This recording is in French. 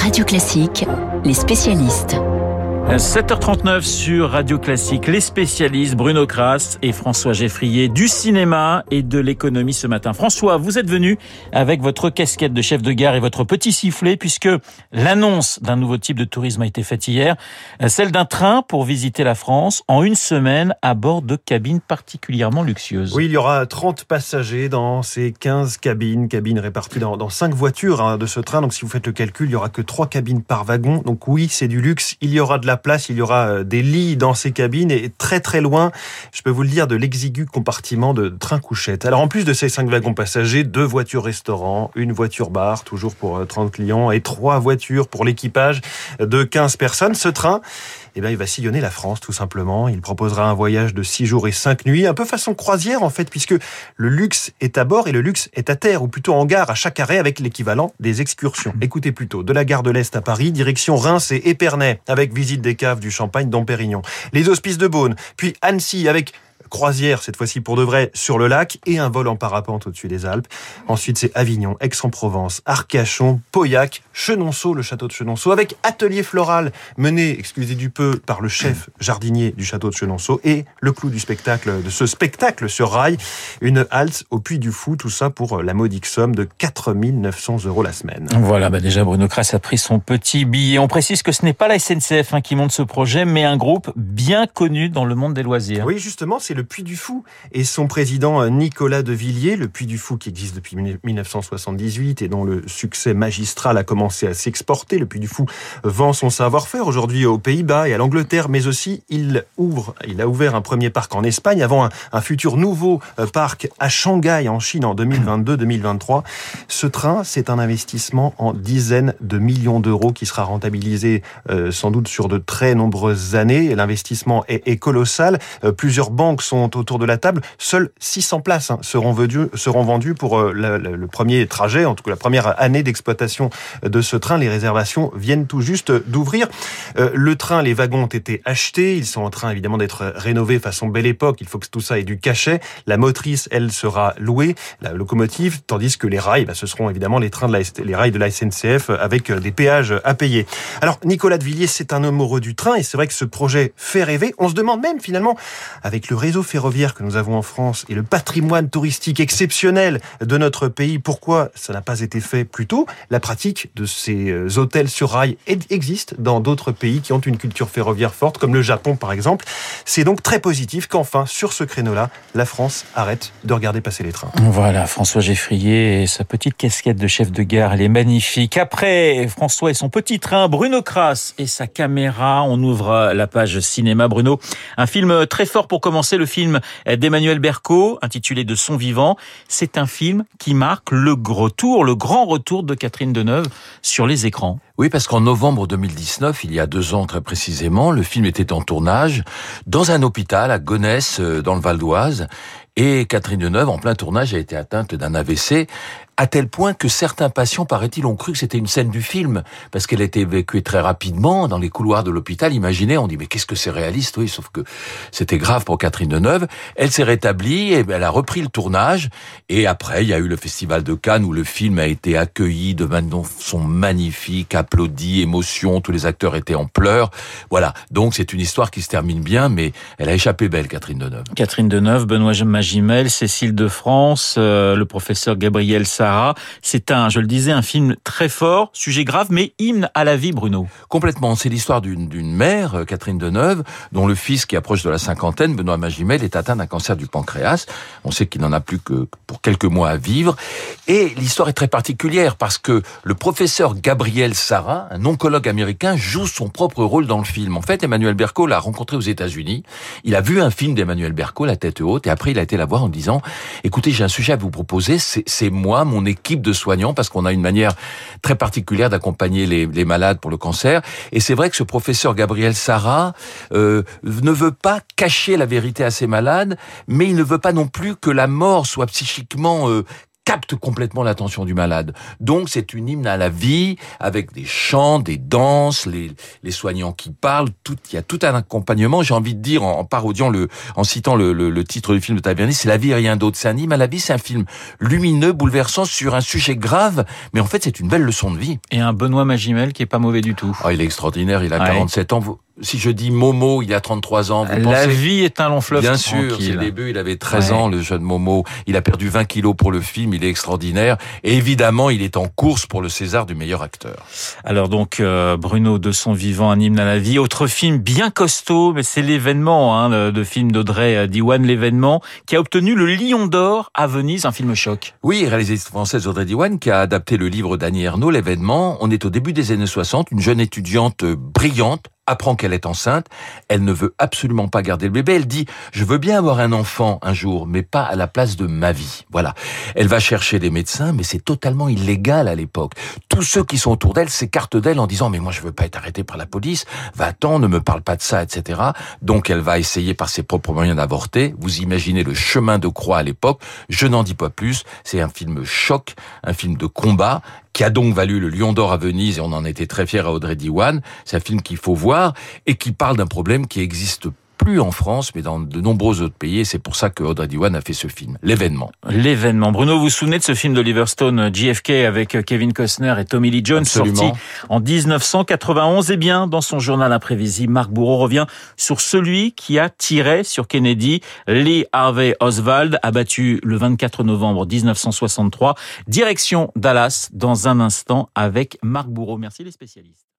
Radio Classique, les spécialistes. 7h39 sur Radio Classique, les spécialistes Bruno Kras et François Geffrier du cinéma et de l'économie ce matin. François, vous êtes venu avec votre casquette de chef de gare et votre petit sifflet puisque l'annonce d'un nouveau type de tourisme a été faite hier, celle d'un train pour visiter la France en une semaine à bord de cabines particulièrement luxueuses. Oui, il y aura 30 passagers dans ces 15 cabines réparties dans 5 voitures de ce train. Donc si vous faites le calcul, il n'y aura que 3 cabines par wagon. Donc oui, c'est du luxe, il y aura de la place, il y aura des lits dans ces cabines et très très loin, je peux vous le dire, de l'exigu compartiment de train couchette. Alors en plus de ces 5 wagons passagers, 2 voitures restaurants, une voiture bar, toujours pour 30 clients, et 3 voitures pour l'équipage de 15 personnes. Ce train, il va sillonner la France tout simplement. Il proposera un voyage de 6 jours et 5 nuits, un peu façon croisière en fait, puisque le luxe est à bord et le luxe est à terre, ou plutôt en gare à chaque arrêt avec l'équivalent des excursions. Écoutez plutôt, de la gare de l'Est à Paris, direction Reims et Épernay, avec visite des caves du Champagne dom Pérignon. Les hospices de Beaune, puis Annecy avec croisière, cette fois-ci pour de vrai, sur le lac, et un vol en parapente au-dessus des Alpes. Ensuite, c'est Avignon, Aix-en-Provence, Arcachon, Pauillac, Chenonceau, le château de Chenonceau, avec atelier floral mené, excusez du peu, par le chef jardinier du château de Chenonceau, et le clou du spectacle, de ce spectacle sur rail, une halte au Puy du Fou, tout ça pour la modique somme de 4 900 € la semaine. Voilà, déjà Bruno Kras a pris son petit billet. On précise que ce n'est pas la SNCF qui monte ce projet, mais un groupe bien connu dans le monde des loisirs. Oui, justement, c'est le Puy du Fou et son président Nicolas de Villiers, le Puy du Fou qui existe depuis 1978 et dont le succès magistral a commencé à s'exporter. Le Puy du Fou vend son savoir-faire aujourd'hui aux Pays-Bas et à l'Angleterre, mais aussi il a ouvert un premier parc en Espagne avant un futur nouveau parc à Shanghai en Chine en 2022-2023. Ce train, c'est un investissement en dizaines de millions d'euros qui sera rentabilisé sans doute sur de très nombreuses années. L'investissement est colossal. Plusieurs banques sont autour de la table. Seules 600 places seront vendues pour le premier trajet, en tout cas la première année d'exploitation de ce train. Les réservations viennent tout juste d'ouvrir. Le train, les wagons ont été achetés. Ils sont en train évidemment d'être rénovés façon Belle Époque. Il faut que tout ça ait du cachet. La motrice, elle, sera louée, la locomotive, tandis que les rails, ce seront évidemment les rails de la SNCF avec des péages à payer. Alors, Nicolas de Villiers, c'est un homme heureux du train et c'est vrai que ce projet fait rêver. On se demande même finalement, avec le réseau ferroviaire que nous avons en France et le patrimoine touristique exceptionnel de notre pays, pourquoi ça n'a pas été fait plus tôt? La pratique de ces hôtels sur rail existe dans d'autres pays qui ont une culture ferroviaire forte, comme le Japon par exemple. C'est donc très positif qu'enfin, sur ce créneau-là, la France arrête de regarder passer les trains. Voilà, François Geffrier et sa petite casquette de chef de gare, elle est magnifique. Après François et son petit train, Bruno Kras et sa caméra, on ouvre la page cinéma. Bruno, un film très fort pour commencer, le film d'Emmanuel Berco, intitulé De son vivant. C'est un film qui marque le grand retour de Catherine Deneuve sur les écrans. Oui, parce qu'en novembre 2019, il y a 2 ans très précisément, le film était en tournage dans un hôpital à Gonesse, dans le Val d'Oise. Et Catherine Deneuve, en plein tournage, a été atteinte d'un AVC, à tel point que certains patients, paraît-il, ont cru que c'était une scène du film, parce qu'elle a été évacuée très rapidement dans les couloirs de l'hôpital. Imaginez, on dit, mais qu'est-ce que c'est réaliste? Oui, sauf que c'était grave pour Catherine Deneuve. Elle s'est rétablie, et elle a repris le tournage, et après, il y a eu le Festival de Cannes, où le film a été accueilli de façon magnifique, applaudi, émotion, tous les acteurs étaient en pleurs. Voilà, donc c'est une histoire qui se termine bien, mais elle a échappé belle, Catherine Deneuve. Catherine Deneuve, Benoît Magimel, Cécile de France, le professeur Gabriel Sarr. C'est je le disais, un film très fort, sujet grave, mais hymne à la vie, Bruno. Complètement. C'est l'histoire d'une mère, Catherine Deneuve, dont le fils qui approche de la cinquantaine, Benoît Magimel, est atteint d'un cancer du pancréas. On sait qu'il n'en a plus que pour quelques mois à vivre. Et l'histoire est très particulière parce que le professeur Gabriel Sarr, un oncologue américain, joue son propre rôle dans le film. En fait, Emmanuel Berco l'a rencontré aux États-Unis. Il a vu un film d'Emmanuel Berco, La tête haute, et après il a été la voir en disant « Écoutez, j'ai un sujet à vous proposer, c'est moi, mon équipe de soignants, parce qu'on a une manière très particulière d'accompagner les malades pour le cancer. Et c'est vrai que ce professeur Gabriel Sarr ne veut pas cacher la vérité à ses malades, mais il ne veut pas non plus que la mort soit psychiquement capte complètement l'attention du malade. Donc c'est une hymne à la vie, avec des chants, des danses, les soignants qui parlent, il y a tout un accompagnement. J'ai envie de dire, en parodiant en citant le titre du film de Taverny, c'est La vie et rien d'autre. C'est un hymne à la vie, c'est un film lumineux, bouleversant sur un sujet grave, mais en fait c'est une belle leçon de vie. Et un Benoît Magimel qui est pas mauvais du tout. Il est extraordinaire, il a 47 ans. Si je dis Momo, il a 33 ans. La vie est un long fleuve bien tranquille. sûr, c'est le début, il avait 13 ans, le jeune Momo. Il a perdu 20 kilos pour le film, il est extraordinaire. Et évidemment, il est en course pour le César du meilleur acteur. Alors donc, Bruno, de son vivant, un hymne à la vie. Autre film bien costaud, mais c'est l'événement, le film d'Audrey Diwan, l'événement, qui a obtenu le Lion d'Or à Venise, un film choc. Oui, réalisatrice française Audrey Diwan, qui a adapté le livre d'Annie Ernaux, l'événement. On est au début des années 60, une jeune étudiante brillante, apprend qu'elle est enceinte, elle ne veut absolument pas garder le bébé, elle dit « je veux bien avoir un enfant un jour, mais pas à la place de ma vie ». Voilà. Elle va chercher des médecins, mais c'est totalement illégal à l'époque. Tous ceux qui sont autour d'elle s'écartent d'elle en disant « mais moi je veux pas être arrêtée par la police, va-t'en, ne me parle pas de ça, etc. » Donc elle va essayer par ses propres moyens d'avorter. Vous imaginez le chemin de croix à l'époque. Je n'en dis pas plus, c'est un film choc, un film de combat, qui a donc valu le Lion d'Or à Venise, et on en était très fiers à Audrey Diwan. C'est un film qu'il faut voir, et qui parle d'un problème qui existe plus en France, mais dans de nombreux autres pays, et c'est pour ça que Audrey Diwan a fait ce film, L'événement. L'événement. Bruno, vous vous souvenez de ce film d'Oliver Stone, JFK, avec Kevin Costner et Tommy Lee Jones, Absolument. sorti en 1991. Eh bien, dans son journal imprévisible, Marc Bourreau revient sur celui qui a tiré sur Kennedy, Lee Harvey Oswald, abattu le 24 novembre 1963. Direction Dallas, dans un instant, avec Marc Bourreau. Merci les spécialistes.